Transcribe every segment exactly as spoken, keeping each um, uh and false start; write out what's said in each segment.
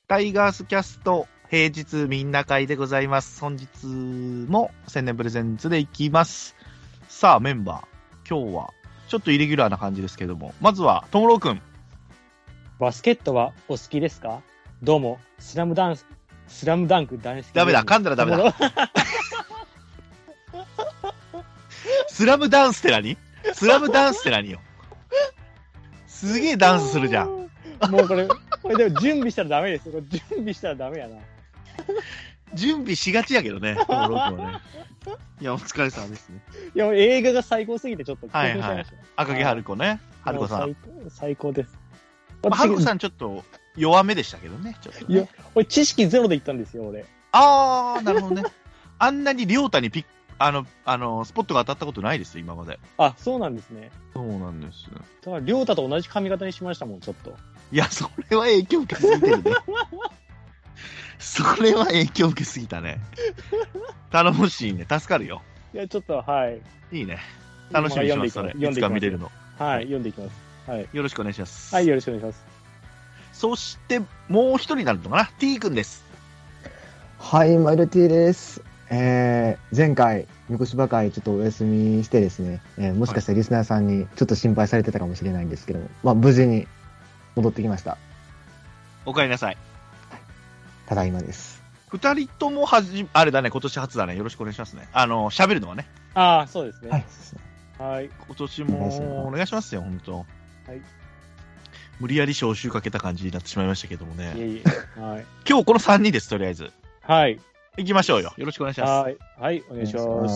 タイガースキャスト平日みんな会でございます。本日も宣伝プレゼンツでいきます。さあメンバー、今日はちょっとイレギュラーな感じですけども、まずはともろうくん。 バスケットはお好きですか？どうもスラムダンススラムダンク大好きです。 ダメだ、噛んだらダメだ。スラムダンスって何？スラムダンスって何よ。すげえダンスするじゃん。 もうこれ、これでも準備したらダメですよ。準備したらダメやな。 準備しがちやけどね、ともろうくんはね。いや、お疲れ様ですね。 いや、映画が最高すぎてちょっと興奮しちゃいました。 赤木春子ね。春子さん。 最, 最高です。 まあ、春子さんちょっと弱めでしたけどね。ちょっとね、 いや、俺知識ゼロで言ったんですよ、俺。 あー、なるほどね。あんなに亮太にピッあの、あの、スポットが当たったことないですよ、今まで。 あ、そうなんですね。 そうなんです。 だから、亮太と同じ髪型にしましたもん、ちょっと。 いや、それは影響受けすぎてるね。それは影響受けすぎたね。頼もしいね。助かるよ。 いや、ちょっと、はい。 いいね。楽しみにします、それ。いつか見れるの。 はい、読んでいきます。はい。 よろしくお願いします。 はい、よろしくお願いします。 そして、もう一人になるのかな？ T 君です。 はい、マイル T です。えー、前回、みこしば会ちょっとお休みしてですね、えー、もしかしたらリスナーさんにちょっと心配されてたかもしれないんですけども、まあ、無事に戻ってきました。 お帰りなさい。 はい、ただいまです。 二人ともはじ、あれだね、今年初だね。よろしくお願いしますね。あの、喋るのはね。 ああ、そうですね。 はい。 はい。 今年もお願いしますよ、本当。 はい。 無理やり招集かけた感じになってしまいましたけどもね。 いえいえ。はい。 今日このさんにんです、とりあえず。 はい。 行きましょうよ。よろしくお願いします。 はい。はい、お願いします。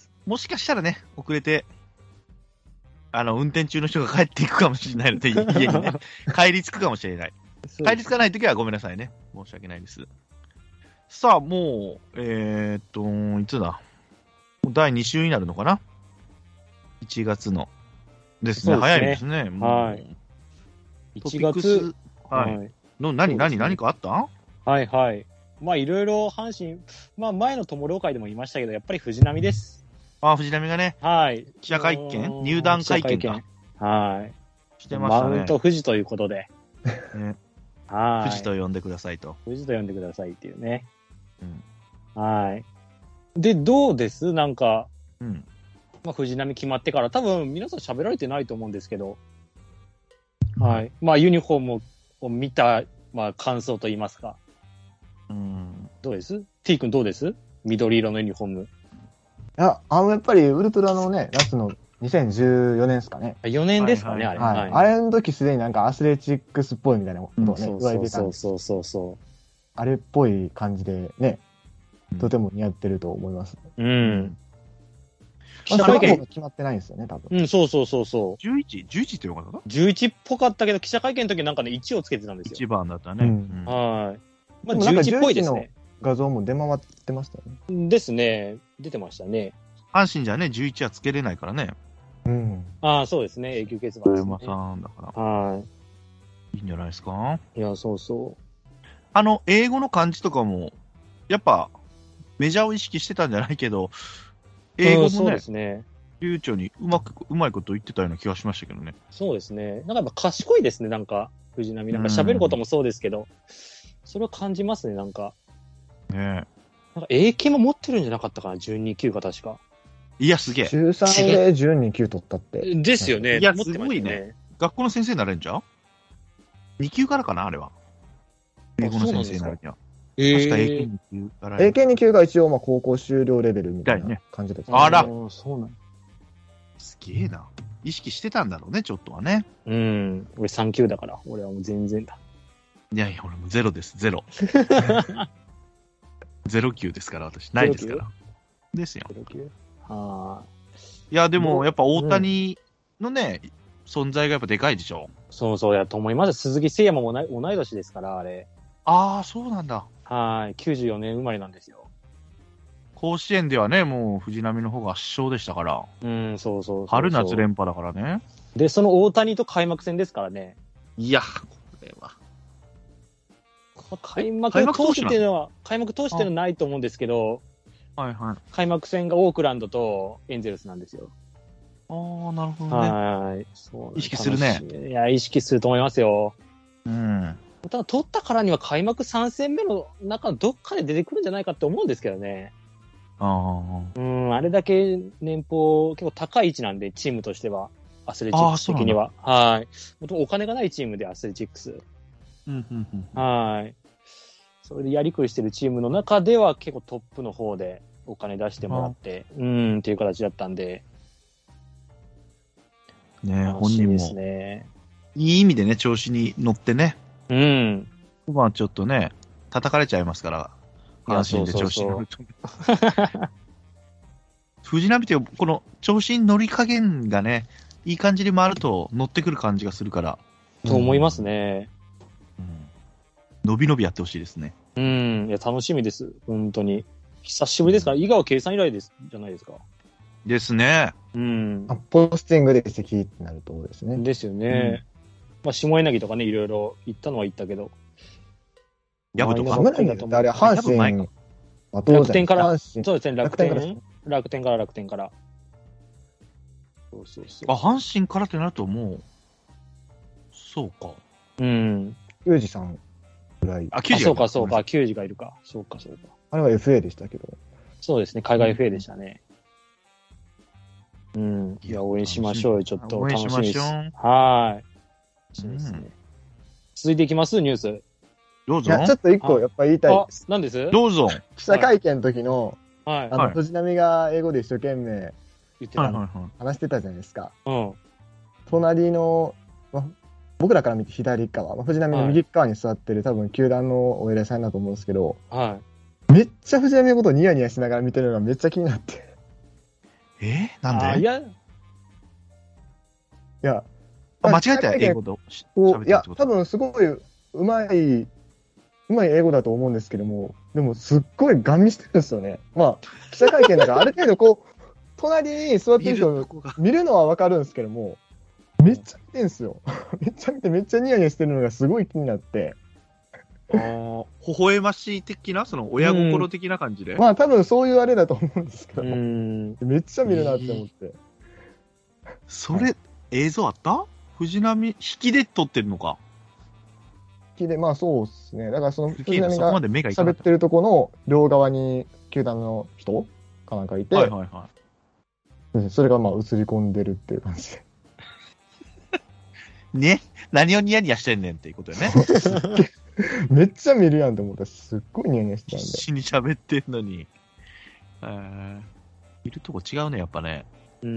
もしかしたらね、遅れて、あの、運転中の人が帰っていくかもしれないので、家にね、帰り着くかもしれない。帰り着かないときはごめんなさいね。申し訳ないです。さあ、もう、えー、っと、いつだだいに週になるのかないちがつの。ですね。 そうですね。 早いですね。 はい。いちがつ。 はい。はい、の、何、何、何かあった？ はいはい。まあいろいろ阪神、まあ前の友老会でも言いましたけど、やっぱり藤波です。 ああ、藤波がね。 はい。 記者会見入団会見か。 はい。 してましたね。 マウント富士ということで。 ね、 はい。 富士と呼んでくださいと。 富士と呼んでくださいっていうね。 うん、 はい。で、どうですなんか、 うん。 まあ藤波決まってから、多分皆さん喋られてないと思うんですけど、はい。まあユニフォームを見た、まあ感想といいますか。 うん、 どうです ?T 君どうです緑色のユニフォーム。 いや、あの、やっぱりウルトラのね、夏のにせんじゅうよねんですかね。 よねんですかね、 はいはい、あれ。 はい。あれの時すでになんかアスレチックスっぽいみたいなことをね、うん、言われてたんで。 そうそうそうそう。 あれっぽい感じでね、とても似合ってると思います。 うん。 記者会見決まってないんですよね、多分。 うん、そうそうそうそう。 じゅういち、じゅういちってよかったか ? じゅういち っぽかったけど、記者会見の時なんかね、いちをつけてたんですよ。 いちばんだったね。うん、 はい。まあ、じゅういちっぽいですね。 画像も出回ってましたよね。ですね。出てましたね。 阪神じゃね、じゅういちはつけれないからね。 うん。 ああ、そうですね。永久欠番ですね。 山さんだから。 はい。 いいんじゃないですか。 いや、そうそう。 あの、英語の漢字とかも、やっぱ、メジャーを意識してたんじゃないけど、英語もね、 そうですね。 流暢にうまく、うまいこと言ってたような気がしましたけどね。 そうですね。なんかやっぱ賢いですね、なんか、藤波。なんか喋ることもそうですけど、それを感じますね、なんか。 ねえ。なんかエーケー も持ってるんじゃなかったかな、じゅうに級が確か。 いや、すげえ。 じゅうさんでじゅうに級取ったって。 ですよね。 いや、すごいね。学校の先生になれんじゃん ?に 級からかな、あれは。英語の先生になるには。 えー、 確か エーケーに 級から。 エーケーに 級が一応、まあ、高校修了レベルみたいな感じです、 ね。あら。 そうなんすげえな。意識してたんだろうね、ちょっとはね。 うん。俺さん級だから。俺はもう全然だ。 いやいや、俺もゼロです、ゼロ。ゼロ級ですから、私。ないですから。ですよ。 ゼロ級はあ。 いや、でも、やっぱ大谷のね、うん、存在がやっぱでかいでしょ。 そうそうやと思います。鈴木誠也も同い同い年ですから、あれ。 ああ、そうなんだ。 はい。きゅうじゅうよねん生まれなんですよ。 甲子園ではね、もう藤浪の方が圧勝でしたから。 うん、そうそうそうそう。 春夏連覇だからね。 で、その大谷と開幕戦ですからね。 いや、これは。 開幕投手っていうのは、開幕投手っていうのはないと思うんですけど、 はいはい。 開幕戦がオークランドとエンゼルスなんですよ。 ああ、なるほどね。 はい。そう。 意識するね。 いや、意識すると思いますよ。 うん。 ただ取ったからには開幕さん戦目の中のどっかで出てくるんじゃないかって思うんですけどね。 あうん、あれだけ年俸結構高い位置なんで、チームとしては、アスレチックス的には。はい。もともとお金がないチームで、アスレチックス。 うんうんうん。 はい。それでやりくりしてるチームの中では結構トップの方でお金出してもらって、うんっていう形だったんで。 ね楽しみですね。 いい意味でね、調子に乗ってね。 うん。 まあちょっとね、叩かれちゃいますから、阪神で調子に乗ると。藤浪ってこの調子に乗り加減がね、いい感じで回ると乗ってくる感じがするから。 と思いますね。 うん、伸び伸びやってほしいですね。 うん。いや、楽しみです。本当に。久しぶりですから、井川圭さん以来です、じゃないですか。 ですね。 うん。 あポスティングで移籍ってなるとですね。 ですよね。まあ、下柳とかね、いろいろ行ったのは行ったけど。 ヤブとか。 下柳ってあれ、阪神、 楽天から、 そうですね、楽天楽天から楽天から。そうそうそう。 あ、阪神からってなるともう、そうか。 うん。 球児さんぐらい。 あ、球児そうかそうか、球児がいるか。そうかそうか。 あれは エフエー でしたけど。 そうですね、海外 エフエー でしたね。うん。いや、応援しましょうよ、ちょっと楽しみです。はい。そうですね。続いていきますニュース。 どうぞ。 いや、ちょっと一個やっぱ言いたいです。 何です？ どうぞ。 記者会見の時の、 はい。 あの、藤波が英語で一生懸命言ってた。 話してたじゃないですか。 うん。 隣の、ま、僕らから見て左側、藤波の右側に座ってる、多分球団のお偉いさんだと思うんですけど、 はい。 めっちゃ藤波のことをニヤニヤしながら見てるのがめっちゃ気になって。 えー、なんで？ いや、 いや、 間違えた英語と喋ってる。いや、多分すごい、うまい、うまい英語だと思うんですけども、でもすっごいガン見してるんですよね。まあ、記者会見だからある程度こう、隣に座ってる人を見るのはわかるんですけども、めっちゃ見てんすよ。めっちゃ見て、めっちゃニヤニヤしてるのがすごい気になって。 ああ、微笑ましい的な、その親心的な感じで。 まあ多分そういうあれだと思うんですけど、 うんめっちゃ見るなって思って。えー、それ、はい、映像あった？藤波、引きで撮ってるのか。 引きで、まあそうですね。だからその藤波が喋ってるとこの両側に球団の人かなんかいて、 はいはいはい、 それがまあ映り込んでるっていう感じで。 ね、何をニヤニヤしてんねんっていうことよね。 めっちゃ見るやんと思ったらすっごいニヤニヤしてたんで。 必死に喋ってんのに。えー、いるとこ違うね、やっぱね。 うん。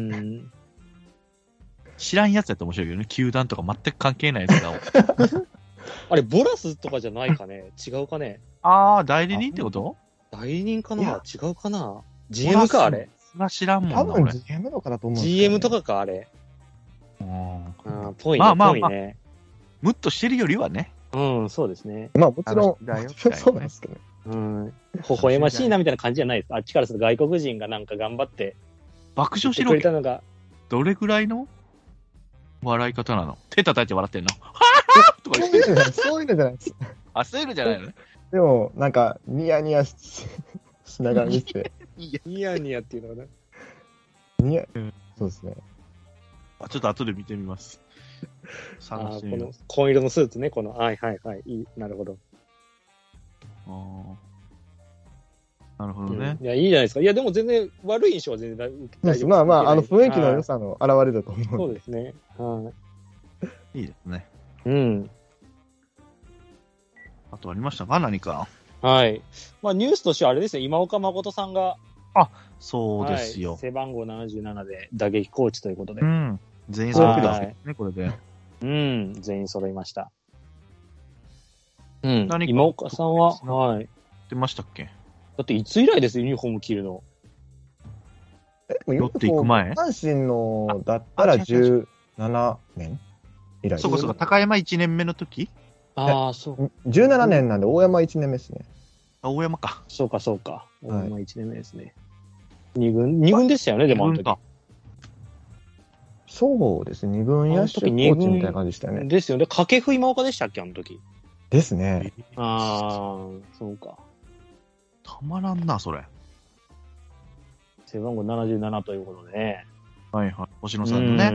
知らんやつやったら面白いけどね。球団とか全く関係ないやつが。 あれ、ボラスとかじゃないかね？違うかね？ ああ、代理人ってこと？ 代理人かな？違うかな？ ジーエム か、あれ。 それは知らんもんな。 多分 ジーエム とかだと思うんですよ、ね。 ジーエム とかか、あれ。 うん。 あぽいね、 まあまあ、 ぽいね。 ムッとしてるよりはね。 うん、そうですね。 まあもちろん、 だよそうなんですけどね。 うん。微笑ましいなみたいな感じじゃないですか。あっちからすると外国人がなんか頑張って爆笑しろくれたのが。 どれぐらいの笑い方なの？手叩いて笑ってんの？はぁとか言ってる。 そういうのじゃないです。 あ、そういうのじゃないのね。 でも、なんか、ニヤニヤししながら見て。 ニヤニヤっていうのかな。 ニヤ、 うん、 そうですね。 あ、ちょっと後で見てみます。 探してみます。この紺色のスーツね、この。はいはいはい。いい、なるほど。 ああ。なるほどね、 うん。いや、いいじゃないですか。いや、でも全然悪い印象は全然大丈夫です。 まあまあ、あの雰囲気の良さの表れだと思う。 そうですね。はい。 いいですね。 うん。 あとありましたか？何か。 はい。まあ、ニュースとしてはあれですね、今岡誠さんが。 あ、そうですよ。 はい、背番号ななじゅうななで打撃コーチということで。 うん。全員揃ってたんですね、これで。 うん、全員揃いました。うん。今岡さんは、はい。 出ましたっけ？ だっていつ以来ですユニフォーム着るの。 え、でも寄っていく前？ 阪神のだったらじゅうななねん以来。 そうかそうか、高山いちねんめの時？ ああ、そう。 じゅうななねんなんで大山いちねんめですね。 あ、大山か。 そうかそうか。大山いちねんめですね。に軍、に軍でしたよね、でもあの時。 そうですね、に軍野手コーチみたいな感じでしたよね。 ですよね。掛布今岡でしたっけ、あの時。 ですね。 ああ、そうか。 たまらんな、それ。 背番号ななじゅうななということでね。 はいはい。星野さんのね。うん、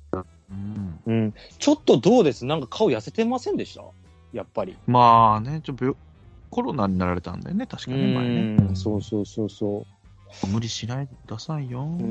星野さん。 うん。 うん。ちょっとどうです？なんか顔痩せてませんでした？ やっぱり。 まあね、ちょっとコロナになられたんだよね、確かね、前ね。 うん、そうそうそうそう。 無理しないでくださいよ。 うん。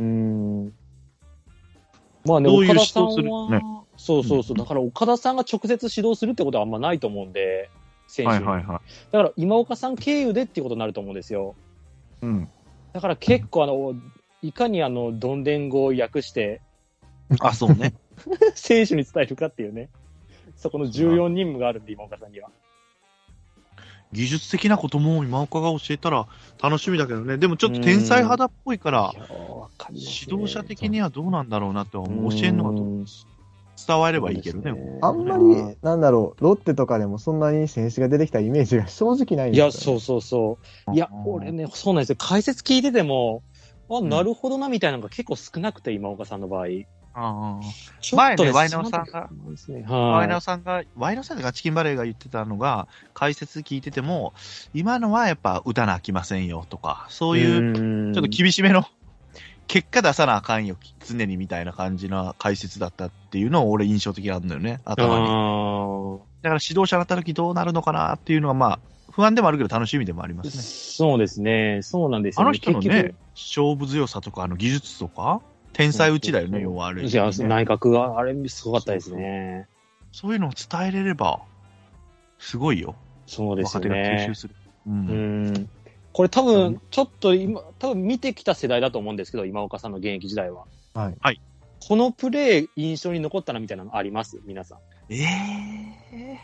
まあね、 どういう岡田さん指導するは、 ねそうそうそう、だから岡田さんが直接指導するってことはあんまないと思うんで、選手に。 はいはいはい。 だから今岡さん経由でっていうことになると思うんですよ。 うん。 だから結構あの、いかにあの、どんでん語を訳して、 あ、そうね。 選手に伝えるかっていうね。そこの重要任務があるんで、今岡さんには。 技術的なことも今岡が教えたら楽しみだけどね。でもちょっと天才肌っぽいから、指導者的にはどうなんだろうなって思う。教えるのが伝わればいいけどね。 あんまり、なんだろう、ロッテとかでもそんなに選手が出てきたイメージが正直ないんですよ、ね。 いや、そうそうそう。いや、俺ね、そうなんですよ。解説聞いてても、あ、なるほどなみたいなのが結構少なくて、今岡さんの場合。 あちょ前ね、 っとね、 ワイナオさんが、 ね、 ワイナオはさんが、ワイナオさんがチキンバレーが言ってたのが、解説聞いてても、今のはやっぱ打たなあきませんよとか、そうい。 いう、ちょっとき厳しめの、結果出さなあかんよ、常にみたいな感じな解説だったっていうのを俺印象的なんだよね、頭に。だから指導者になった時どうなるのかなっていうのはまあ、不安でもあるけど楽しみでもありますね。 そうですね。そうなんですよね。 あの人のね、勝負強さとか、あの技術とか、天才打ちだよね、要はあれ、ね。 いや、内角があれすごかったですね。 そうそうそういうのを伝えれれば、すごいよ。 そうですよね。 若手が吸収する。うん。 うんこれ多分、ちょっと今、多分見てきた世代だと思うんですけど、今岡さんの現役時代は。 はい。 はい。 このプレー印象に残ったなみたいなのあります皆さん。 ええ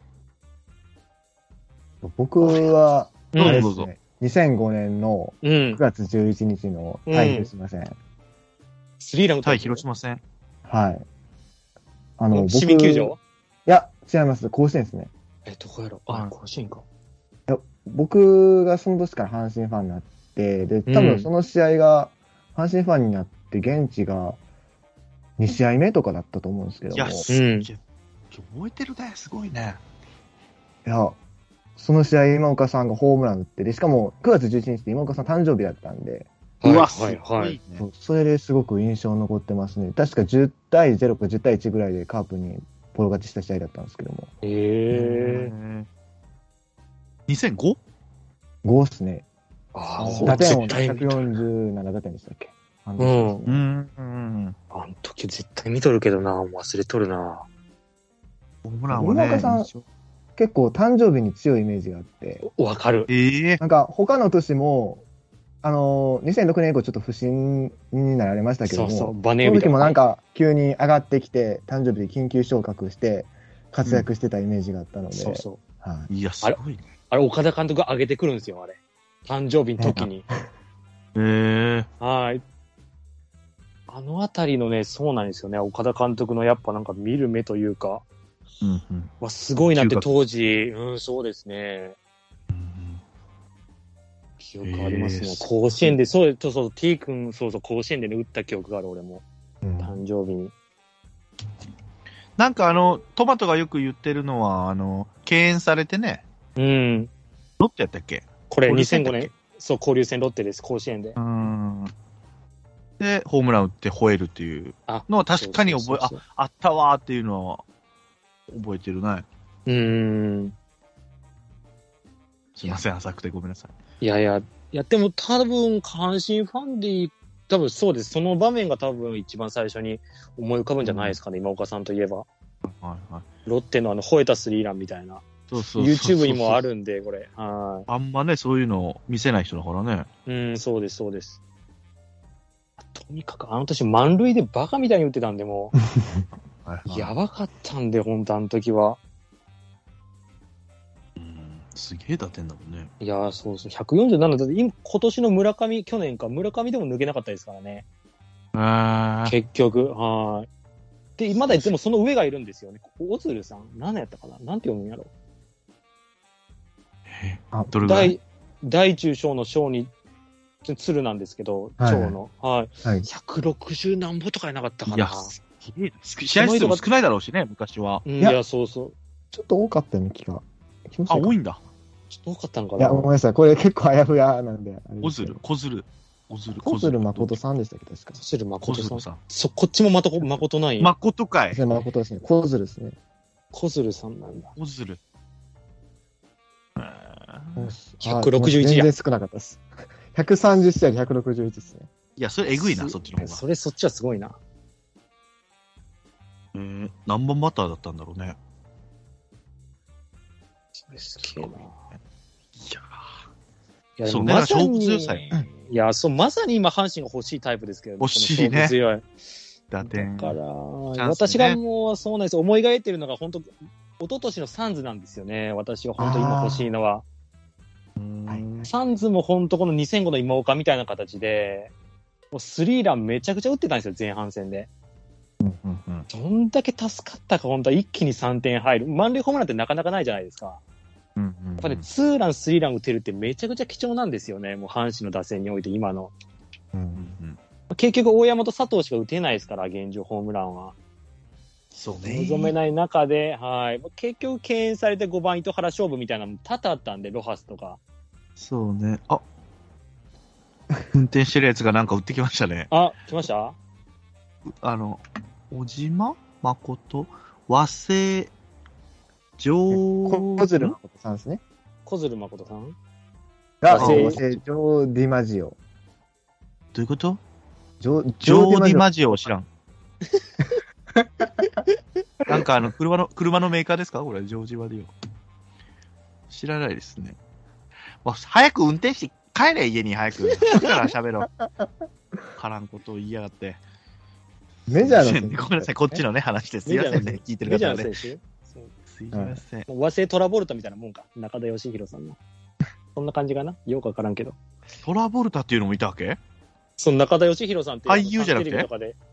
ー。僕は、 あれですね、 にせんごねんのくがつじゅういちにちの対広島戦。うん、 スリーラン打った対広島戦。 はい。あの、僕、 市民球場いや、違います。甲子園ですね。 え、どこやろあ、甲子園か。 いや、僕がその年から阪神ファンになって、で、多分その試合が、阪神ファンになって現地がに試合目とかだったと思うんですけども。 いや、すげえ、覚えてるね。すごいね。 いや、その試合、今岡さんがホームラン打って、で、しかもくがつじゅういちにちって今岡さん誕生日だったんで、 うわ、 はいはい、 そう。それですごく印象残ってますね。確かじゅうたいゼロかじゅうたいいちぐらいでカープにポロ勝ちした試合だったんですけども。 へえー。 にせんご? ごっすね。 ああ、打点をひゃくよんじゅうなな打点でしたっけ？ うん。 うん。 うん。あの時絶対見とるけどな、忘れとるな。 ホームランはね。 今岡さん、結構誕生日に強いイメージがあって。 わかる。 ええー。 なんか他の年も、あのー、にせんろくねん以降ちょっと不振になられましたけども、そうそう、バネ指その時もなんか急に上がってきて、誕生日で緊急昇格して活躍してたイメージがあったので。うん、 そうそう。 はい。 いや、すごいね。 あれ、岡田監督が上げてくるんですよ、あれ。誕生日の時に。 へえー。 はい。あのあたりのね、そうなんですよね。岡田監督のやっぱなんか見る目というか、 うんうん、 わすごいなって当時、うん、そうですね。うん、記憶ありますね。えー、甲子園で、そう、そうそう、T 君、そうそう、甲子園でね、打った記憶がある、俺も。うん、誕生日に。 なんかあの、トマトがよく言ってるのは、あの、敬遠されてね。 うん。 ロッテやったっけ？ これにせんごねん、そう、交流戦ロッテです、甲子園で。 うん。で、ホームラン打って吠えるっていうのは確かに覚え、あ、あったわーっていうのは覚えてるね。 うーん。 すいません、浅くてごめんなさい。 いやいや、いや、でも多分、阪神ファンで、多分そうです。その場面が多分一番最初に思い浮かぶんじゃないですかね、うん、今岡さんといえば。 はいはい。 ロッテのあの、吠えたスリーランみたいな。 そうそうそうそう YouTube にもあるんで、これ。はい。 あんまね、そういうのを見せない人だからね。 うん、そうです、そうです。とにかくあの年満塁でバカみたいに打ってたんで、もう、はいはい、やばかったんで、本当あの時は。 うん、すげえ打点だもんね。 いや、そうそう、ひゃくよんじゅうななだって、今年の村上、去年か、村上でも抜けなかったですからね。 あ結局、はい。で、まだでもその上がいるんですよね。オズルさん、何やったかな、なんて読むんやろ。 えあ、どれぐらい？ 大、大中小の小に、鶴なんですけど、 はい、 蝶の。はい。 はい。 ひゃくろくじゅう何歩とかいなかったかな。いや、 試合数も少ないだろうしね、昔は。 いや、いやそうそう。 ちょっと多かったよね、気が。 あ、多いんだ。 ちょっと多かったんかな。 いや、ごめんなさい。これ結構あやふやなんで。 小鶴、小鶴。小鶴、 小鶴誠さんでしたっけ、確か。 小鶴誠さん。そ、こっちもまた誠ない。 誠かい。 誠ですね。小鶴ですね。 小鶴さんなんだ。 小鶴。 ひゃくろくじゅういちや。 全然少なかったです。ひゃくさんじゅう試合でひゃくろくじゅういちですね。 いや、それえぐいな、そっちの方が。 それ、そっちはすごいな。 えー、何本バッターだったんだろうね。 それすげえな。いや、 いやそうね、 まさに勝負強さよ。 いや、そう、まさに今、阪神が欲しいタイプですけどね。 欲しいねこの勝負強い。 打点。 だから、 ね、 私がもうそうなんです。思い描いてるのが本当、一昨年のサンズなんですよね。私が本当今欲しいのは。 はい、 サンズも本当このにせんごの今岡みたいな形で、もうスリーランめちゃくちゃ打ってたんですよ、前半戦で。 うんうんうん、 どんだけ助かったか、本当は一気にさんてん入る。満塁ホームランってなかなかないじゃないですか。 うんうんうん、 やっぱり、ね、ツーラン、スリーラン打てるってめちゃくちゃ貴重なんですよね。もう阪神の打線において今の。 うんうんうん、 結局、大山と佐藤しか打てないですから、現状ホームランは。 そうね。 望めない中で、はい。結局、敬遠されてごばん糸原勝負みたいなのも多々あったんで、ロハスとか。 そうね。あ、運転してるやつがなんか打ってきましたね。 あ、来ました？ あの、小島誠和製上小鶴誠さんですね。 小鶴誠さんが、 和製和製ジョー・ディマジオ。 どういうこと？ ジョジョー・ディマジオを知らん。なんかあの、車の、車のメーカーですかこれ、ジョージ・マディオ。知らないですね。早く運転して帰れ、家に早く。だから喋ろう。からんことを言いやがって。 メジャーの選手、 ごめんなさい、こっちのね、話です。すいませんね、聞いてる方ね。 メジャーの選手？ すいません。 和製トラボルタみたいなもんか。中田義弘さんの。そんな感じかなよくわからんけど。 トラボルタっていうのもいたわけ？ その中田義弘さんって俳優じゃなくてテレビとかで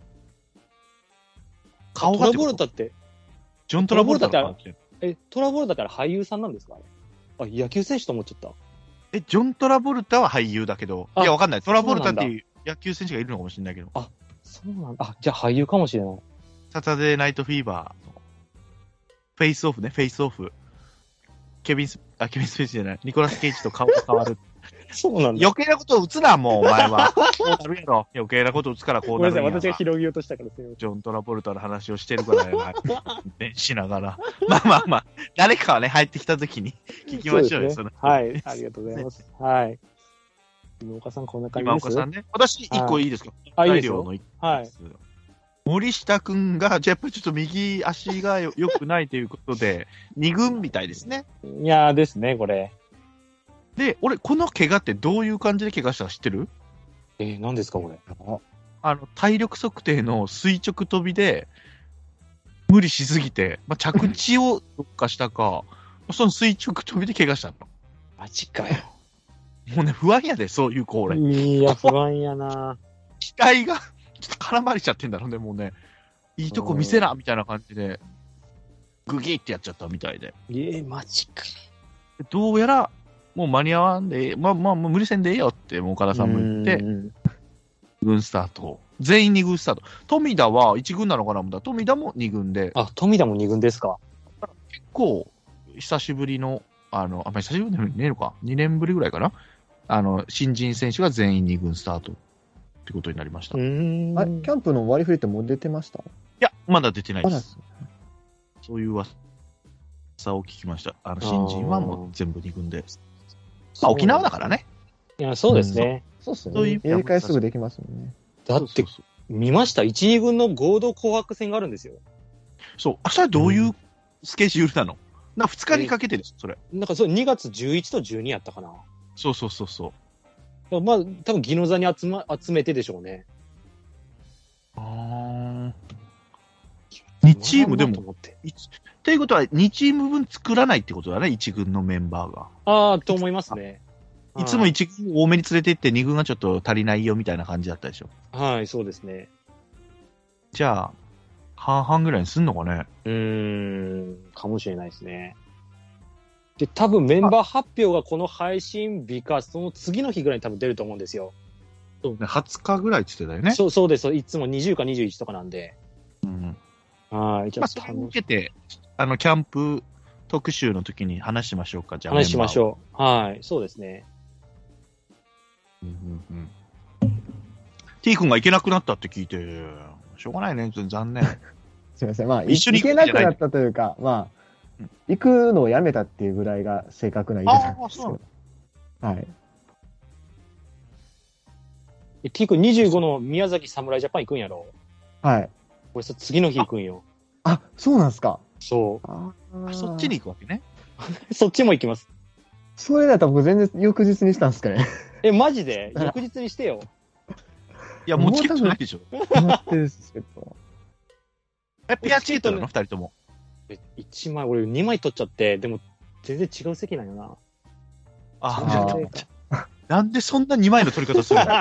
顔がトラボルタって、 ジョン・トラボルタのってえ、トラボルタって俳優さんなんですかあれ？あ、野球選手と思っちゃった。 え、ジョン・トラボルタは俳優だけど、いや、わかんない。トラボルタっていう野球選手がいるのかもしれないけど。 あ、そうなんだ。あ、じゃあ俳優かもしれない。 サタデーナイトフィーバーのフェイスオフね、フェイスオフ。ケビンス、あ、ケビンスペースじゃない。ニコラス・ケイジと顔が変わる。 そうなんだ。 余計なことを打つな、もう、お前は。こうなるやろ。余計なことを打つからこうなるんや。 ごめんなさい、私が広げようとしたからすみません。 ジョン・トラボルタの話をしてるからやな。ね、しながら。まあまあまあ、誰かはね、入ってきたときに聞きましょうよ、 そその。 はい、ありがとうございます。はい。今岡さん、こんな感じ今です。 岡さんね。私、一個いいですか？ あ、いいですよ。 の一はい。 森下くんが、じゃあやっぱりちょっと右足がよくないということで、に軍みたいですね。 いやーですね、これ。 で、俺、この怪我ってどういう感じで怪我したか知ってる？ えー、何ですか、これ。 あの、体力測定の垂直跳びで、無理しすぎて、まあ、着地をどっかしたか、その垂直跳びで怪我したの。 マジかよ。 もうね、不安やで、そういう子俺。 いや、不安やな。 期待が、ちょっと絡まれちゃってんだろうね、もうね。いいとこ見せな、みたいな感じで、グギーってやっちゃったみたいで。 えー、マジか。 どうやら、もう間に合わんで、まあまあ、無理せんでええよって、もう岡田さんも言って、軍スタート。全員に軍スタート。富田はいち軍なのかなもだ。富田もに軍で。 あ、富田もに軍ですか。 結構、久しぶりの、あの、あんまり久しぶりでもねえのか。にねんぶりぐらいかな。あの、新人選手が全員に軍スタートってことになりました。 うーん。 あれ、キャンプの割り振りってもう出てました？いや、まだ出てないで。 ですそういう噂を聞きました。あの、新人はもう全部に軍で。まあ、沖縄だからね。 いや、そうですね。 そうっすね。 そういう入れ替えすぐできますもんね。 だって、見ました。いち、に軍の合同紅白戦があるんですよ。 そう。あ、それはどういうスケジュールなの？なふつかにかけてです、それ。 なんかそう、にがつじゅういちとじゅうにやったかな。 そうそうそうそう。 まあ、多分、宜野座に集ま、集めてでしょうね。 ああ。にチームでも、っていうことはにチーム分作らないってことだね、いち軍のメンバーが。 ああ、と思いますね。 いつもいち軍多めに連れて行ってに軍がちょっと足りないよみたいな感じだったでしょ。 はい、そうですね。 じゃあ、半々ぐらいにすんのかね。 うーん、かもしれないですね。で、多分メンバー発表がこの配信日か、その次の日ぐらいに多分出ると思うんですよ。 そうね、はつかぐらいって言ってたよね。 そう、そうです。いつもにじゅうかにじゅういちとかなんで。 うん。 はい、じゃあ、 まあ、それを受けて、あの、キャンプ特集の時に話しましょうか、じゃあ。 話しましょう。はい、そうですね。 うんうんうん。T 君が行けなくなったって聞いて、しょうがないね、残念。 すみません。まあ、 一緒に行けなくなったというか、まあ、 行くのをやめたっていうぐらいが正確な言い方なんですけあーど。はい。 え、T 君にじゅうごの宮崎侍ジャパン行くんやろ？ はい。 俺さ、次の日行くんよ。 あ、そうなんですか。 そああそっちに行くわけね。 う。そっちも行きます。 それだったら僕全然翌日にしたんですかね。 え、マジで翌日にしてよ。 いや、もうチケットないでしょ。 決まってるんですけど。 え、ペアチケットなの二人とも。 え、いちまい、俺にまい取っちゃって、でも全然違う席なんよな。 ああーそれかなんでそんなにまいの取り方するの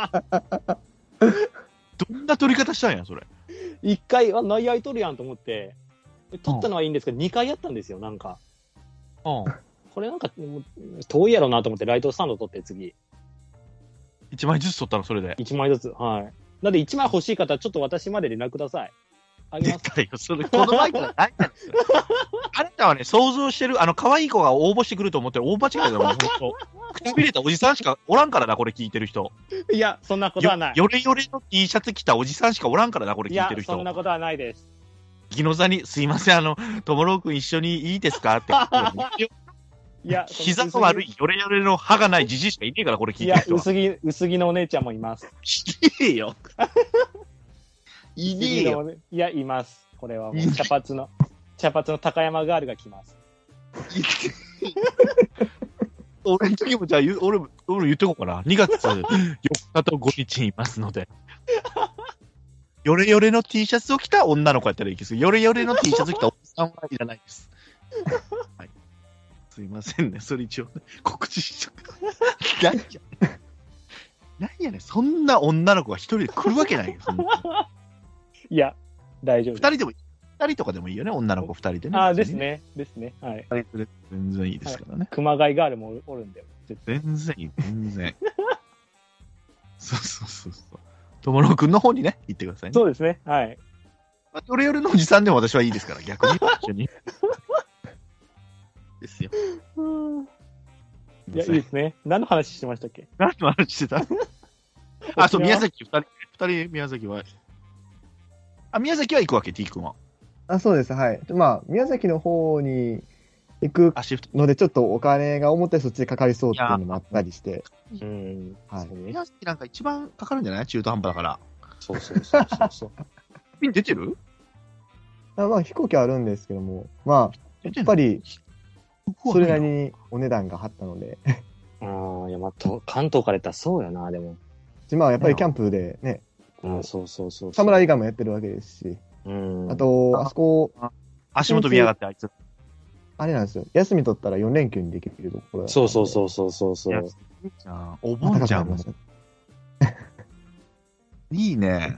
どんな取り方したんや、それ。 一回、あ、内野取るやんと思って、で取ったのはいいんですけど、二回やったんですよ、なんか。 うん。 これなんか、もう遠いやろなと思って、ライトスタンド取って、次。 一枚ずつ取ったの、それで。 一枚ずつ。はい。なんで一枚欲しい方、ちょっと私まで連絡ください。あげます。 出たよ、それ、この前からないんですよ。あなたはね、想像してる、あの、可愛い子が応募してくると思ってる大間違いだよ、もう、ほんと。くたびれたおじさんしかおらんからな、これ聞いてる人。 いや、そんなことはない。 よれよれの T シャツ着たおじさんしかおらんからな、これいや聞いてる、人。 そんなことはないです。 ギノ座に、すいません、あの、ともろうくん一緒にいいですかって聞いてる。 いや、 膝の悪い、よれよれの歯がないじじいしかいねえから、これ聞いや、 いてる人は。 薄着、薄着のお姉ちゃんもいます。 いねえよ。いねえよ。 薄着のおねいや、います。これはもいうね茶髪の、茶髪の高山ガールが来ます。 俺の時もじゃあ言う、俺も、俺も言ってこうかな。にがつよっかとごにちにいますので。ヨレヨレの T シャツを着た女の子やったらいいです。ヨレヨレの T シャツ着たおじさんはいらないです。はい。すいませんね。それ一応、ね、告知しとく。何や。何やねん。そんな女の子が一人で来るわけないよ。そんないや、大丈夫です。 二人でもいい。二人とかでもいいよね。女の子二人でね。 ああ、です。ね。ですね。はい。 二人で全然いいですからね。 熊谷ガールもおるんで。絶対全然いい、全然。そうそうそうそう。ともろくんの方にね、行ってくださいね。 そうですね。はい。 まあ、ヨレヨレのおじさんでも私はいいですから、逆に。一緒に。ですよ。 いや、いいですね。何の話してましたっけ？ 何の話してたあ、そう、宮崎二人、二人宮崎は。あ、宮崎は行くわけ、T 君は。 あ、そうです。はい。まあ、宮崎の方に行くあ、シフト。 ので、ちょっとお金が思ったよりそっちでかかりそうっていうのもあったりして。 うん。 はいそうね。 宮崎なんか一番かかるんじゃない中途半端だから。 そうそうそうそうそう。 ピン出てるあまあ、飛行機はあるんですけども、まあ、 出てんのやっぱり、それなりに。 にお値段が張ったので、 ああ、いや、まあ、と関東から言ったらそうやな、でも。 まあ、やっぱりキャンプでね、 うん、そうそうそうそう。 侍以外もやってるわけですし、 うん。 あと、あそこ、 足元見やがって、あいつ。 あれなんですよ、休み取ったらよん連休にできるところだったそうのでそうそうそうそうそいやう。 じゃん。おまあ盆じゃん高くなりまし。た。 いいね。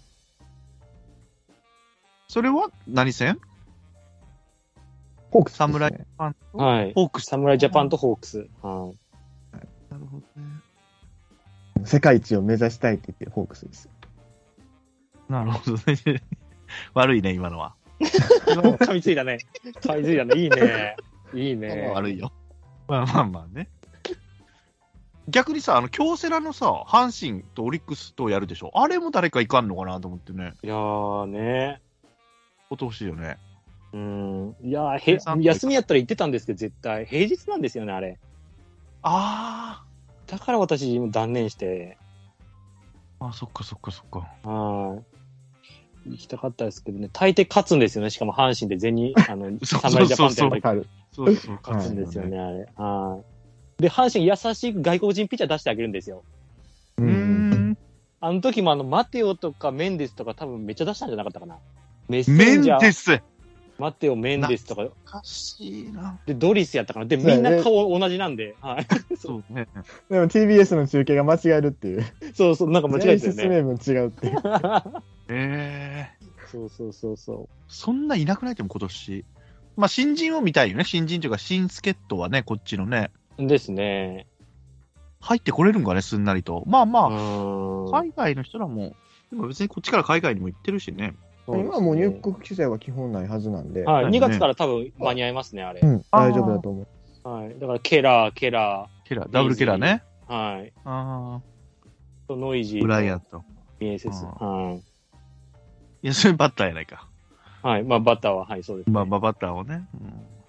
それは何戦ホークスですね。 侍ジャパンとはい。 ホークス。 侍ジャパンとホークス。はい。 なるほどね。 世界一を目指したいって言ってるホークスです。 なるほどね。悪いね、今のは。 噛みついたね。噛みついたね。いいね。いいね。 悪いよ。まあまあまあね。逆にさ、あの、京セラのさ、阪神とオリックスとやるでしょ。あれも誰か行かんのかなと思ってね。 いやーね。 おとほしいよね。 うん。いやーへ、休みやったら行ってたんですけど、絶対。平日なんですよね、あれ。 あだから私、断念して。 あ。あ、そっかそっかそっか。 はい。行きたかったですけどね。大抵勝つんですよね。しかも阪神で全に、あの、 そう侍ジャパンってやっぱりわかる。 そうそう、 勝つんですよね、あれ。はい。で、阪神優しい外国人ピッチャー出してあげるんですよ。 うーん。 あの時もあの、マテオとかメンデスとか多分めっちゃ出したんじゃなかったかな。メッセメンンジャー、 デス。 マテオ、メンデスとか、 おかしいな。 で、ドリスやったかな。で、みんな顔同じなんで、はい。 そうね。 でも ティービーエス の中継が間違えるっていう。 そうそう、なんか間違えてるね。 説明文違うっていう。 ええー。 そうそうそうそそんないなくないでも今年。まあ、新人を見たいよね。新人というか、新助っ人はね、こっちのね。 う。ですね。 入ってこれるんかね、すんなりと。まあまあ、 うん。 海外の人らも、でも別にこっちから海外にも行ってるしね。 そうですね今はもう入国規制は基本ないはずなんで、 はい、 ねにがつから多分間に合いますね、あれう。ん、大丈夫だと思う。 はい。だから、ケラー、ケラケラー、ダブルケラーね。 ー、はい。 あとノイジあ、 ー。 ブライアント。 ミエセス。 あはい。 いや、それバッターやないか。 はい。まあ、バッターは、はい、そうです、ね。 まあ、まあ、バッターをね。うん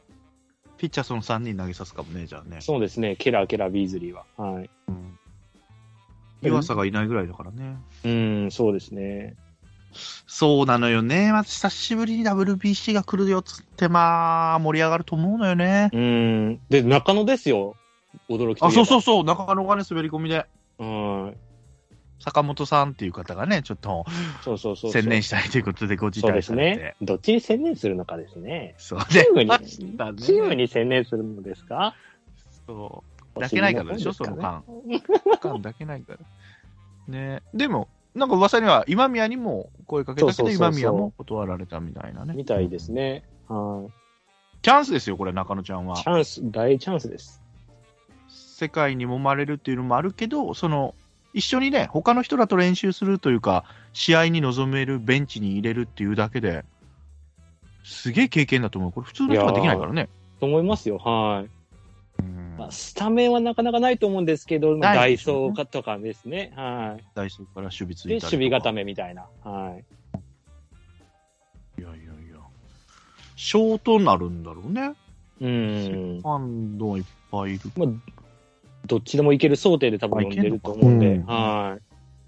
ピッチャーそのさんにん投げさすかもね、じゃあね。 そうですね。ケラー、ケラー、ビーズリーは。はい。 うん。湯浅がいないぐらいだからね。 うん、そうですね。 そうなのよね。まず久しぶりに ダブリュービーシー が来るよっつって、まあ、盛り上がると思うのよね。 うん。で、中野ですよ。驚きといえば。 あ、そうそうそう。中野がね、滑り込みで。 うん。 坂本さんっていう方がね、ちょっと、 そうそうそう。 専念したいということでご辞退されて。 そうですね。どっちに専念するのかですね。 そうチームに、 ね、 チームに専念するのですか？ そう。抱けないからでしょ、その間。間抱けないから。ね。でも、なんか噂には今宮にも声かけたけど、今宮も断られたみたいなね。 みたいですね。はい。 チャンスですよ、これ、中野ちゃんは。 チャンス、大チャンスです。 世界に揉まれるっていうのもあるけど、その、一緒にね、他の人らと練習するというか、試合に臨める、ベンチに入れるっていうだけで、すげえ経験だと思う。これ普通の人はできないからね。 と思いますよ、はい。まあ、スタメンはなかなかないと思うんですけど、ね、ダイソーとかですね。はい。 ダイソーから守備ついたで、 りとか。 守備固めみたいな。はい。 いやいやいや。ショートになるんだろうね。 うん。 セカンドはいっぱいいる。 まあ、どっちでもいける想定で多分呼んでると思うんで。うん、はい。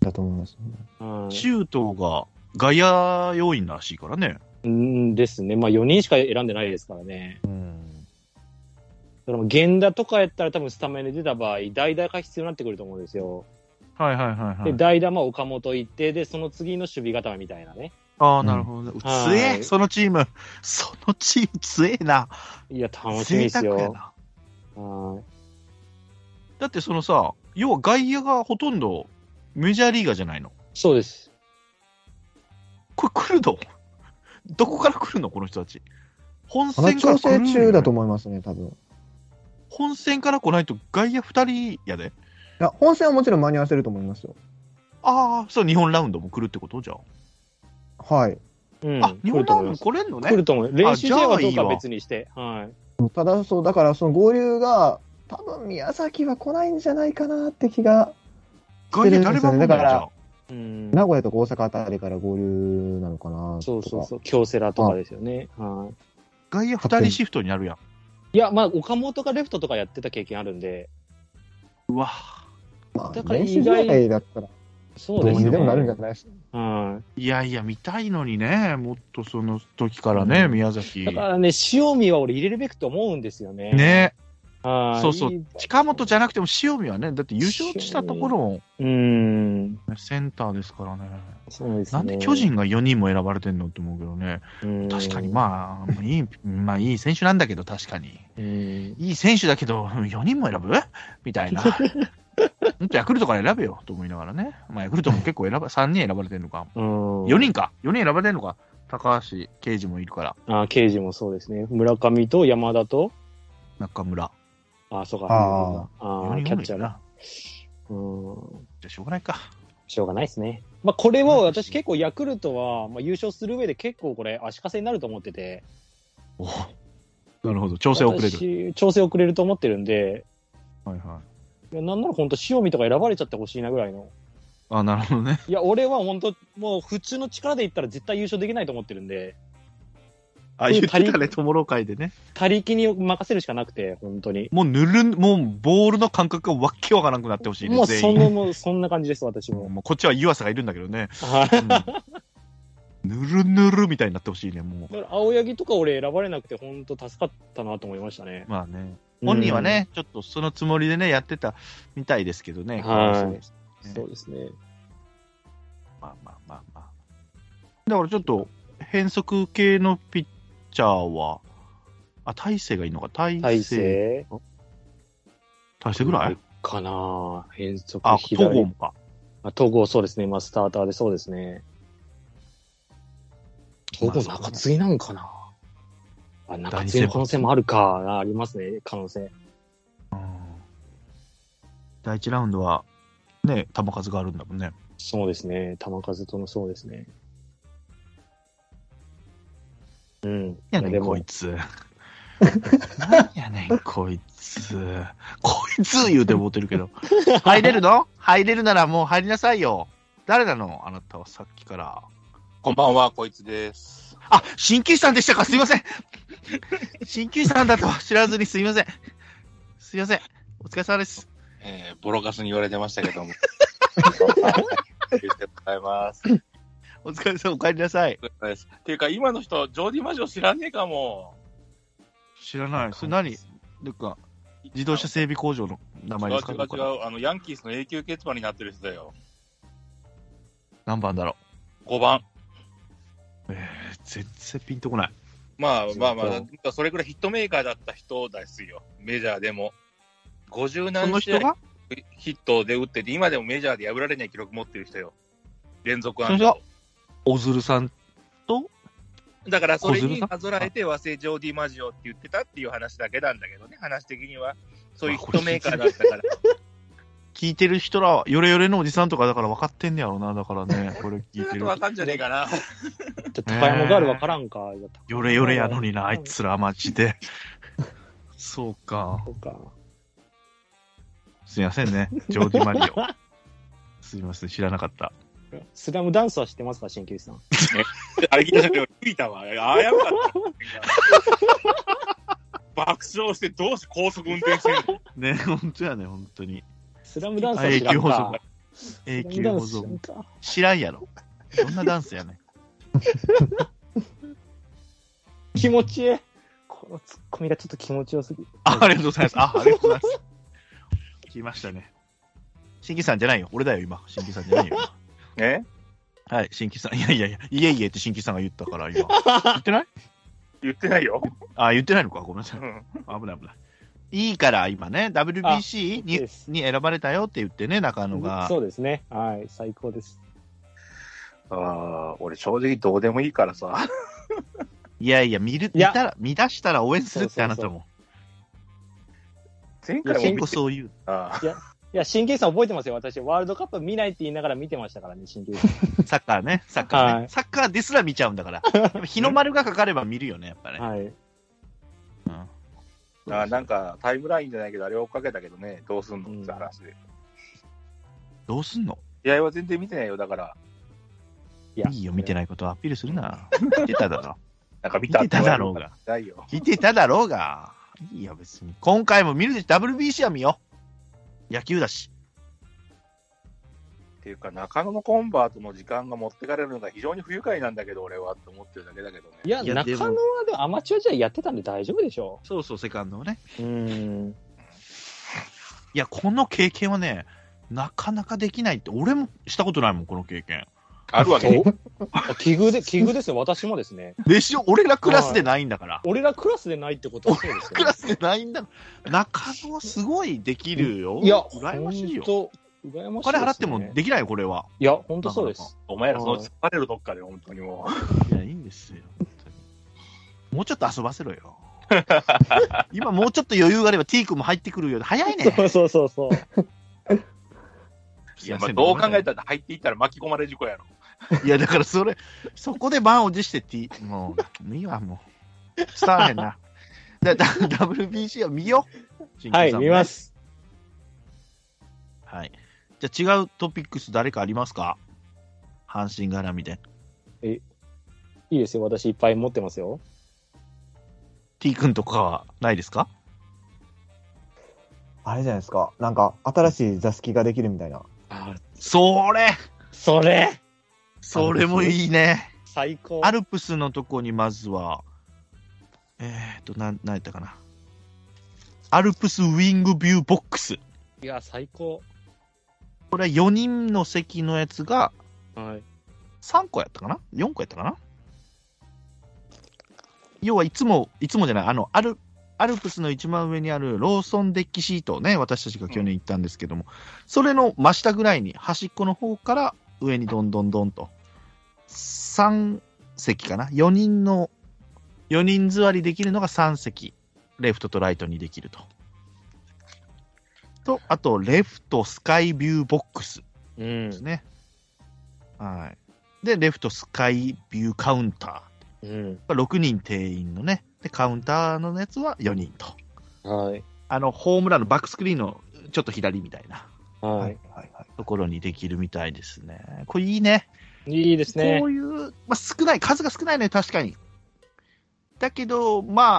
だと思います、 ね。はい。シュートが外野要員らしいからね。 うんですね。まあよにんしか選んでないですからね。うん。だから源田とかやったら多分スタメンで出た場合、代打が必要になってくると思うんですよ。 はいはいはいはい。 で、代打も岡本行って、で、その次の守備固めみたいなね。 ああ、なるほどね。強え、そのチーム。そのチーム強えな。 いや、楽しみですよ。 はい。だってそのさ、要は外野がほとんどメジャーリーガーじゃないの？ そうです。 これ来るの？どこから来るのこの人たち。 本戦から来るの？調整中だと思いますね、多分。 本戦から来ないと外野ふたりやで。いや、本戦はもちろん間に合わせると思いますよ。 ああ、そう、日本ラウンドも来るってことじゃあ。はい。 うん、あ、日本ラウンド来れんのね。 来ると思う。練習試合はどうか別にして。はい。 ただ、そう、だからその合流が、多分宮崎は来ないんじゃないかなって気がしてるんですよね。だから、うん、名古屋とか大阪あたりから合流なのかな。 そうそうそう。京セラとかですよね。はい。 外野ふたりシフトになるやん。 いや、まあ、岡本がレフトとかやってた経験あるんで。 うわ。 まあ、だから意外だったら、そうですね。どうにでもなるんじゃないですか。 はい。 いやいや、見たいのにね、もっとその時からね、うん、宮崎。 だからね、塩見は俺入れるべきと思うんですよね。 ね。そうそう。近本じゃなくても塩見はね、だって優勝したところも、 うん。 センターですからね。 そうですね。 なんで巨人がよにんも選ばれてんのって思うけどね。確かに、まあ、いい、まあいい選手なんだけど、確かに。いい選手だけど、よにんも選ぶみたいな。もっとヤクルトから選べよと思いながらね。まあヤクルトも結構選ば、さんにん選ばれてんのか。よにんか。よにん選ばれてんのか。高橋奎二もいるから。 ああ、奎二もそうですね。村上と山田と中村。 ああ、そうか。 ああ、キャッチャーな。 うん。じゃあしょうがないか。 しょうがないですね。まあこれは私結構ヤクルトは、まあ、優勝する上で結構これ足かせになると思ってて。 おなるほど。調整遅れる。 調整遅れると思ってるんで。 はいはい。 いや、なんなら本当塩見とか選ばれちゃってほしいなぐらいの。 あ、なるほどね。 いや、俺は本当もう普通の力で言ったら絶対優勝できないと思ってるんで。 あ、言ってたね、トモロ会でね。 他力に任せるしかなくて、本当に。 もうぬる、もうボールの感覚がわけわからなくなってほしいね。 もうその、もうそんな感じです、私も。 もうこっちは湯浅がいるんだけどね。うん、ぬるぬるみたいになってほしいね、もう。 だから青柳とか俺選ばれなくて本当助かったなと思いましたね。 まあね。本人はね、うん、ちょっとそのつもりでね、やってたみたいですけどね。 はい。ね、そうですね。 まあまあまあまあ。だからちょっと変則系のピッチャーは、あ、大勢がいいのか、大勢。 大勢大勢ぐらいかな変則あ、東郷もか。 あ、東郷そうですね。まあ、スターターでそうですね。東郷中継ぎなんかなあ、中継ぎの可能性もあるか。ありますね、可能性。 うん。第一ラウンドは、ね、球数があるんだもんね。 そうですね。球数とのそうですね。うん。 やねん、こいつ。何やねん、こいつ。こいつ言うて思ってるけど。入れるの？入れるならもう入りなさいよ。誰なのあなたはさっきから。 こんばんは、こいつです。 あ、新規さんでしたかすいません。 鍼灸師さんだと知らずにすいません。すいません。お疲れ様です。 えー、ボロカスに言われてましたけども。ありがとうございます。 お疲れ様、お帰りなさい。 っていうか、今の人、ジョーディ・マジオ知らねえかも。 知らない。それ何なんか、自動車整備工場の名前ですか？ 違う違う違う。あの、ヤンキースの永久欠番になってる人だよ。 何番だろう ?ご 番。 えー、全然ピンとこない。 まあまあまあ、それぐらいヒットメーカーだった人ですよ。メジャーでも。ごじゅう何試合ヒットで打ってて、今でもメジャーで破られない記録持ってる人よ。連続安打。 小鶴さんとだからそれになぞらえて和製ジョーディ・マジオって言ってたっていう話だけなんだけどね、話的には。そういうヒットメーカーだったから。 聞いてる人らは、ヨレヨレのおじさんとかだから分かってんねやろうな、だからね、これ聞いてる。 分かんじゃねえかな。 高山ガール分からんか。 ヨレヨレやのにな、あいつらマジで。そうか。 そうか。 すいませんね、ジョーディ・マリオ。すいません、知らなかった。 スラムダンスは知ってますか、鍼灸師さん。 あれ聞いた時は吹いたわ。あやばかった。爆笑してどうして高速運転してんのね、本当やね、本当に。 スラムダンスは知らんか。 永久保存。知らんやろ。どんなダンスやねん。 気持ちいい。このツッコミがちょっと気持ちよすぎる。 あ、ありがとうございます。あ、ありがとうございます。来ましたね。新規さんじゃないよ。俺だよ、今。新規さんじゃないよ。 えはい、新規さん。いやいやいや、いえいえって新規さんが言ったから、今。言ってない言ってないよ。 あ、言ってないのか。ごめんなさい。危ない危ない。いいから、今ね、ダブリュービーシー に, に選ばれたよって言ってね、中野が。 そうですね。はい、最高です。 ああ、俺正直どうでもいいからさ。 いやいや、見る、見たら、見出したら応援するってあなたも。 前回も結構そういう。 ああいや、いや、新規さん覚えてますよ。私、ワールドカップ見ないって言いながら見てましたからね、新規さん。 サッカーね、サッカーね。はい、サッカーですら見ちゃうんだから。日の丸がかかれば見るよね、やっぱね。 はい。うんあなんかタイムラインじゃないけど、あれを追っかけたけどね、どうすんのって話で、うん。 どうすんの試合は全然見てないよ、だから。 いやいいよ、見てないことをアピールするな。見てただろ。 なんか見た見てただろうが。見てただろうが。いいよ、別に。今回も見るでしょ。ダブリュービーシー は見よう。野球だし。 っていうか、中野のコンバートの時間が持ってかれるのが非常に不愉快なんだけど、俺はって思ってるだけだけどね。 いや、いや中野はでもアマチュア時代やってたんで大丈夫でしょ。 そうそう、セカンドをね。 うん。 いや、この経験はね、なかなかできないって、俺もしたことないもん、この経験。 あるわけ奇遇で、奇遇ですよ、私もですね。 でしょ俺らクラスでないんだから。 俺らクラスでないってことはそうですよ、ね。 クラスでないんだ。中野はすごいできるよ。 いや、 羨ましいよ。 羨ましい、ね。 お金払ってもできないよ、これは。 いや、ほんとそうです。 お前らその突っ張れるどっかで、本当にもう。いや、いいんですよ。もうちょっと遊ばせろよ。今もうちょっと余裕があれば T 君も入ってくるよ。早いね。 そうそうそうそう。 いや、まあ、どう考えたら入っていったら巻き込まれる事故やろ。 いや、だからそれ、そこで満を持して T、もう、いいわ、もう。伝わらへんな。だだ ダブリュービーシー は見よう。 はい、見ます。 はい。じゃあ違うトピックス誰かありますか？阪神絡みで。 え、いいですよ。私いっぱい持ってますよ。 T 君とかはないですか？ あれじゃないですか。なんか、新しい座敷ができるみたいな。 あ、それそれそれもいいね。 最高。 アルプスのとこにまずは、えーっと、なん、なんやったかな。アルプスウィングビューボックス。 いや、最高。 これはよにんの席のやつが、 はい。 さんこやったかな ?よん 個やったかな。要はいつも、いつもじゃない、あの、アル、アルプスの一番上にあるローソンデッキシートをね、私たちが去年行ったんですけども、うん、それの真下ぐらいに端っこの方から上にどんどんどんと、さん席かな ?よにんの、よにん座りできるのがさん席、レフトとライトにできると。と、あと、レフトスカイビューボックスですね。うん、はい。で、レフトスカイビューカウンター。うん、ろくにん定員のね。で、カウンターのやつはよにんと。 はい。 あの、ホームランのバックスクリーンのちょっと左みたいな。 はい。 ところにできるみたいですね。これいいね。 いいですね。 こういう、まあ、少ない、数が少ないね、確かに。だけど、まあ、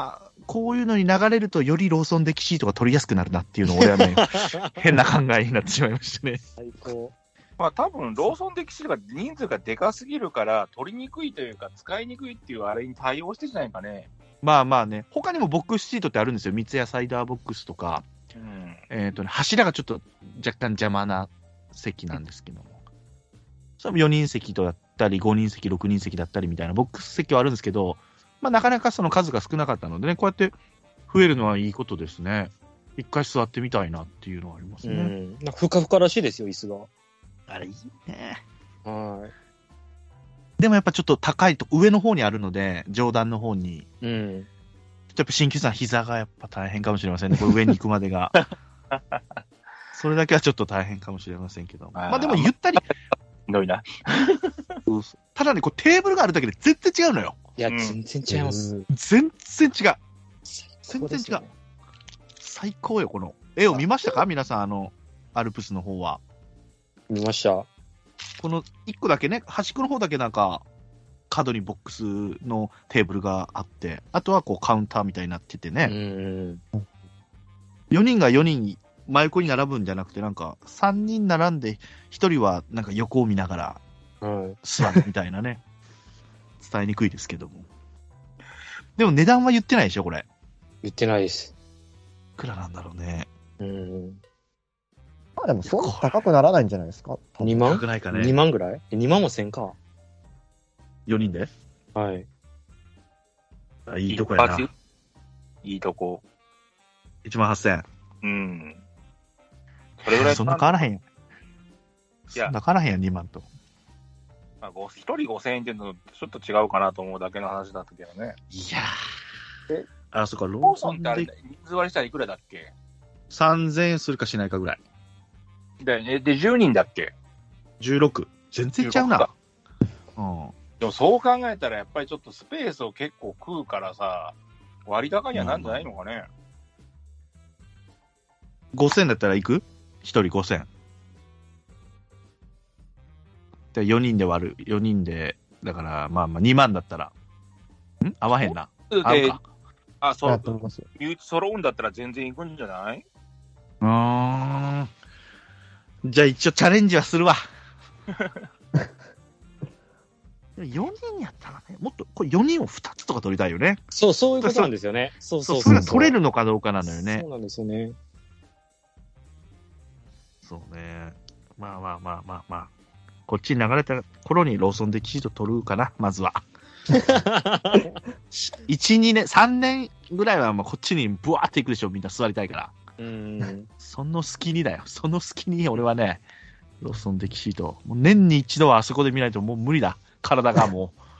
こういうのに流れるとよりローソンデキシートが取りやすくなるなっていうのを俺はね、変な考えになってしまいましたね。 最高。 まあ多分、ローソンデキシートが人数がでかすぎるから、取りにくいというか、使いにくいっていうあれに対応してんじゃないかね。 まあまあね、他にもボックスシートってあるんですよ。三ツ矢サイダーボックスとか、 うん、 えっとね、柱がちょっと若干邪魔な席なんですけども。それもよにん席だったり、ごにん席、ろくにん席だったりみたいなボックス席はあるんですけど、まあなかなかその数が少なかったのでね、こうやって増えるのはいいことですね。一回座ってみたいなっていうのはありますね。うん。 なんかふかふからしいですよ、椅子が。 あれいいね。 はい。 でもやっぱちょっと高いと、上の方にあるので、上段の方に。 うん。 やっぱ新旧さん膝がやっぱ大変かもしれませんね。これ上に行くまでが。それだけはちょっと大変かもしれませんけど。まあでもゆったり。 ひどいな。 ただね、こうテーブルがあるだけで全然違うのよ。 いや、全然違います。 全然違う。全然違う。最高よ、この。絵を見ましたか皆さん、あの、アルプスの方は。 見ました。 このいっこだけね、端っこの方だけなんか、角にボックスのテーブルがあって、あとはこうカウンターみたいになっててね。うん、よにんがよにん真横に並ぶんじゃなくて、なんかさんにん並んで、ひとりはなんか横を見ながら座るみたいなね。伝えにくいですけども。でも値段は言ってないでしょ、これ。 言ってないです。 いくらなんだろうね。 うん。 まあでもそんな高くならないんじゃないですか。 にまん高くないかね。 にまんぐらい ?に 万もせんか。 よにんではい。 あ、いいとこやな。 いいとこ。 いちまんはっせん。 うん。それぐらいそんな変わらへんやん。そんな変わらへんやん、にまんと。 まあ、ひとりごせんえんっていうのとちょっと違うかなと思うだけの話だったけどね。 いやー。あ、そっか、ローソンってあれ、人数割りしたらいくらだっけ ? さんぜんえんするかしないかぐらい。 だよね。で、じゅうにんだっけ ? じゅうろく。全然ちゃうな。うん。 でもそう考えたらやっぱりちょっとスペースを結構食うからさ、割高にはなんじゃないのかね。 ごせんだったらいく ?ひとりごせん。でよにんで割る。よにんで、だからまあまあにまんだったら。ん合わへんな。合うか。 あ、そう。身内揃うんだったら全然いくんじゃないうーん。じゃあ一応チャレンジはするわ。よにんやったらね、もっと、これよにんをふたつとか取りたいよね。 そう、そういうことなんですよね。そうそうそう。 それが取れるのかどうかなのよね。 そうなんですよね。 そうね。まあまあまあまあまあ。こっちに流れた頃にローソンでキート取るかな、まずは。いち、にねん、さんねんぐらいはまあこっちにブワーっていくでしょ、みんな座りたいから。 うん。その隙にだよ。その隙に俺はね、ローソンでキート。もう年に一度はあそこで見ないともう無理だ。体がもう。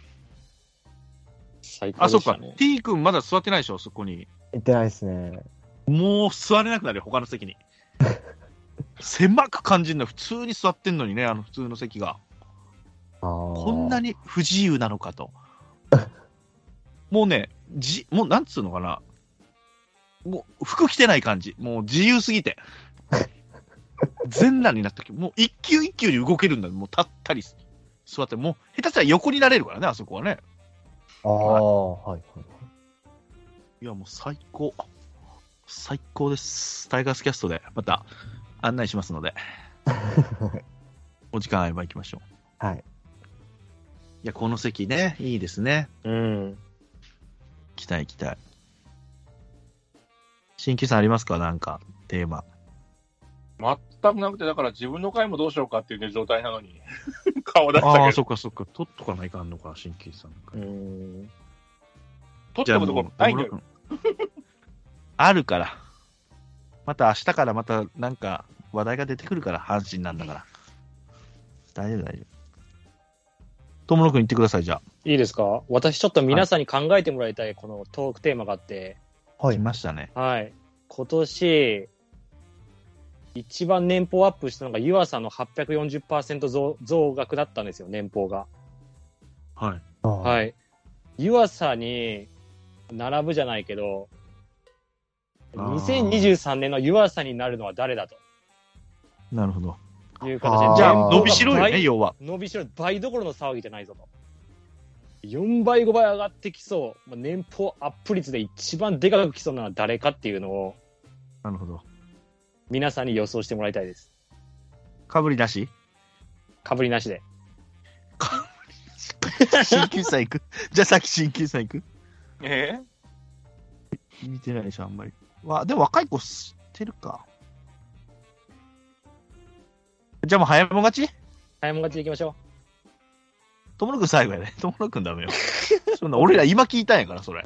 最高でしたね。 あ、そっか。T 君まだ座ってないでしょ、そこに。 行ってないですね。 もう座れなくなるよ、他の席に。狭く感じるの、普通に座ってんのにね、あの普通の席が。こんなに不自由なのかと。もうね、じ、もうなんつうのかな。もう服着てない感じ。もう自由すぎて。全裸になった時、もう一球一球に動けるんだ。もう立ったり座って、もう下手したら横になれるからね、あそこはね。 ああ、はいはい。 いや、もう最高。最高です。タイガースキャストでまた案内しますので。お時間あれば行きましょう。はい。いや、この席ね、いいですね。 うん。 行きたい行きたい。新規さんありますかなんか、テーマ。 全くなくて、だから自分の回もどうしようかっていう、ね、状態なのに。顔出したけど。 ああ、そっかそっか。取っとかないかんのか、新規さん。 うん。 取ったことないんだよ。 あるから。また明日からまたなんか話題が出てくるから、阪神なんだから。大丈夫大丈夫。友野くん言ってください、じゃあ。 いいですか？私ちょっと皆さんに考えてもらいたいこのトークテーマがあって。 はい。来ましたね。 はい。今年、一番年俸アップしたのが湯浅の はっぴゃくよんじゅっパーセント 増, 増額だったんですよ、年俸が。 はい。 はい。湯浅に並ぶじゃないけど、にせんにじゅうさんねんの湯浅になるのは誰だと。 なるほど。 いう形で。 じゃあ、伸びしろよね、要は。 伸びしろ、倍どころの騒ぎじゃないぞと。 よんばい、ごばい上がってきそう。まあ、年俸アップ率で一番でかくきそうなのは誰かっていうのを、 なるほど。 皆さんに予想してもらいたいです。 かぶりなしかぶりなしで。 かぶりなし。新旧さん行くじゃあさっき新旧さん行くえ見てないでしょ、あんまり。わ、でも若い子知ってるか。じゃあもう早いもん勝ち早いもん勝ちでいきましょともろくん最後やね。ともろくんダメよ。そんな、俺ら今聞いたんやから、それ。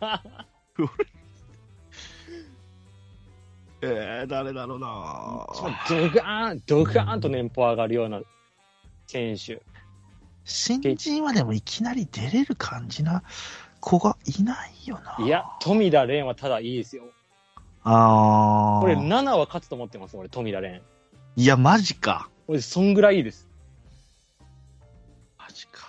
えー、誰だろうなう。ドガーン、ドガーンと年俸上がるような選手。 新人はでもいきなり出れる感じな子がいないよな。 いや、富田蓮はただいいですよ。 あー。 これななは勝つと思ってます、俺、富田蓮。 いや、マジか。 俺、そんぐらいいいです。 マジか。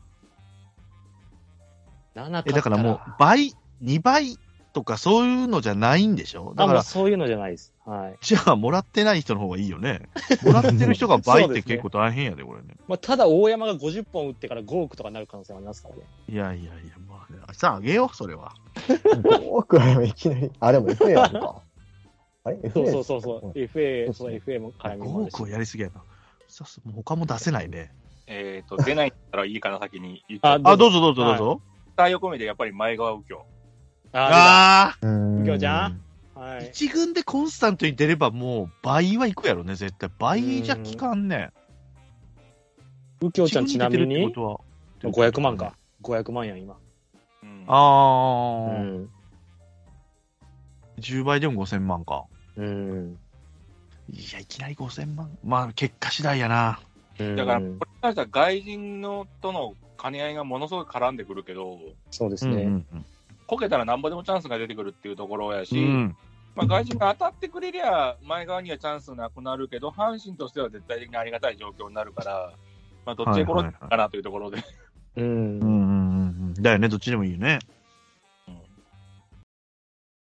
ななえ、だからもう、倍、にばいとかそういうのじゃないんでしょだあ、 から、 もうそういうのじゃないです。はい。 じゃあ、もらってない人の方がいいよね。もらってる人が倍って結構大変やで、これね。 まあ、ただ、大山がごじゅっぽん打ってからごおくとかになる可能性もありますからね。 いやいやいや、まあね、明日あげよう、それは。 ごおくはでもいきなり。あ、でも エフエー あるか。あれ ?エフエー? そうそうそうそう。エフエー、そう エフエー も絡みごもあるしおくはやりすぎやな。そうそうもう他も出せないね。 えっと、出ないったらいいかな、先に言っああ、どうぞどうぞどうぞ。 た横目でやっぱり前川右京。 ああうん。 右京ちゃんあ、 はい。 一軍でコンスタントに出ればもう倍はいくやろね、絶対。倍じゃ効かんね。 右京ちゃんちなみ一軍出てるっにてことはごひゃくまんか。ごひゃくまんやん、今。 うんああ、 うん。 じゅうばいでもごせんまんか。 うん。 いや、いきなりごせんまん。まあ、結果次第やな。 だから、これに関しては外人のとの兼ね合いがものすごく絡んでくるけど、 そうですね。 うんうんこけたらなんぼでもチャンスが出てくるっていうところやし、 うん。 まあ、外人が当たってくれりゃ、前側にはチャンスなくなるけど、阪神としては絶対的にありがたい状況になるから、まあ、どっちへ転ぶかなというところで。 うんうんうんうんうん。だよね、どっちでもいいよね。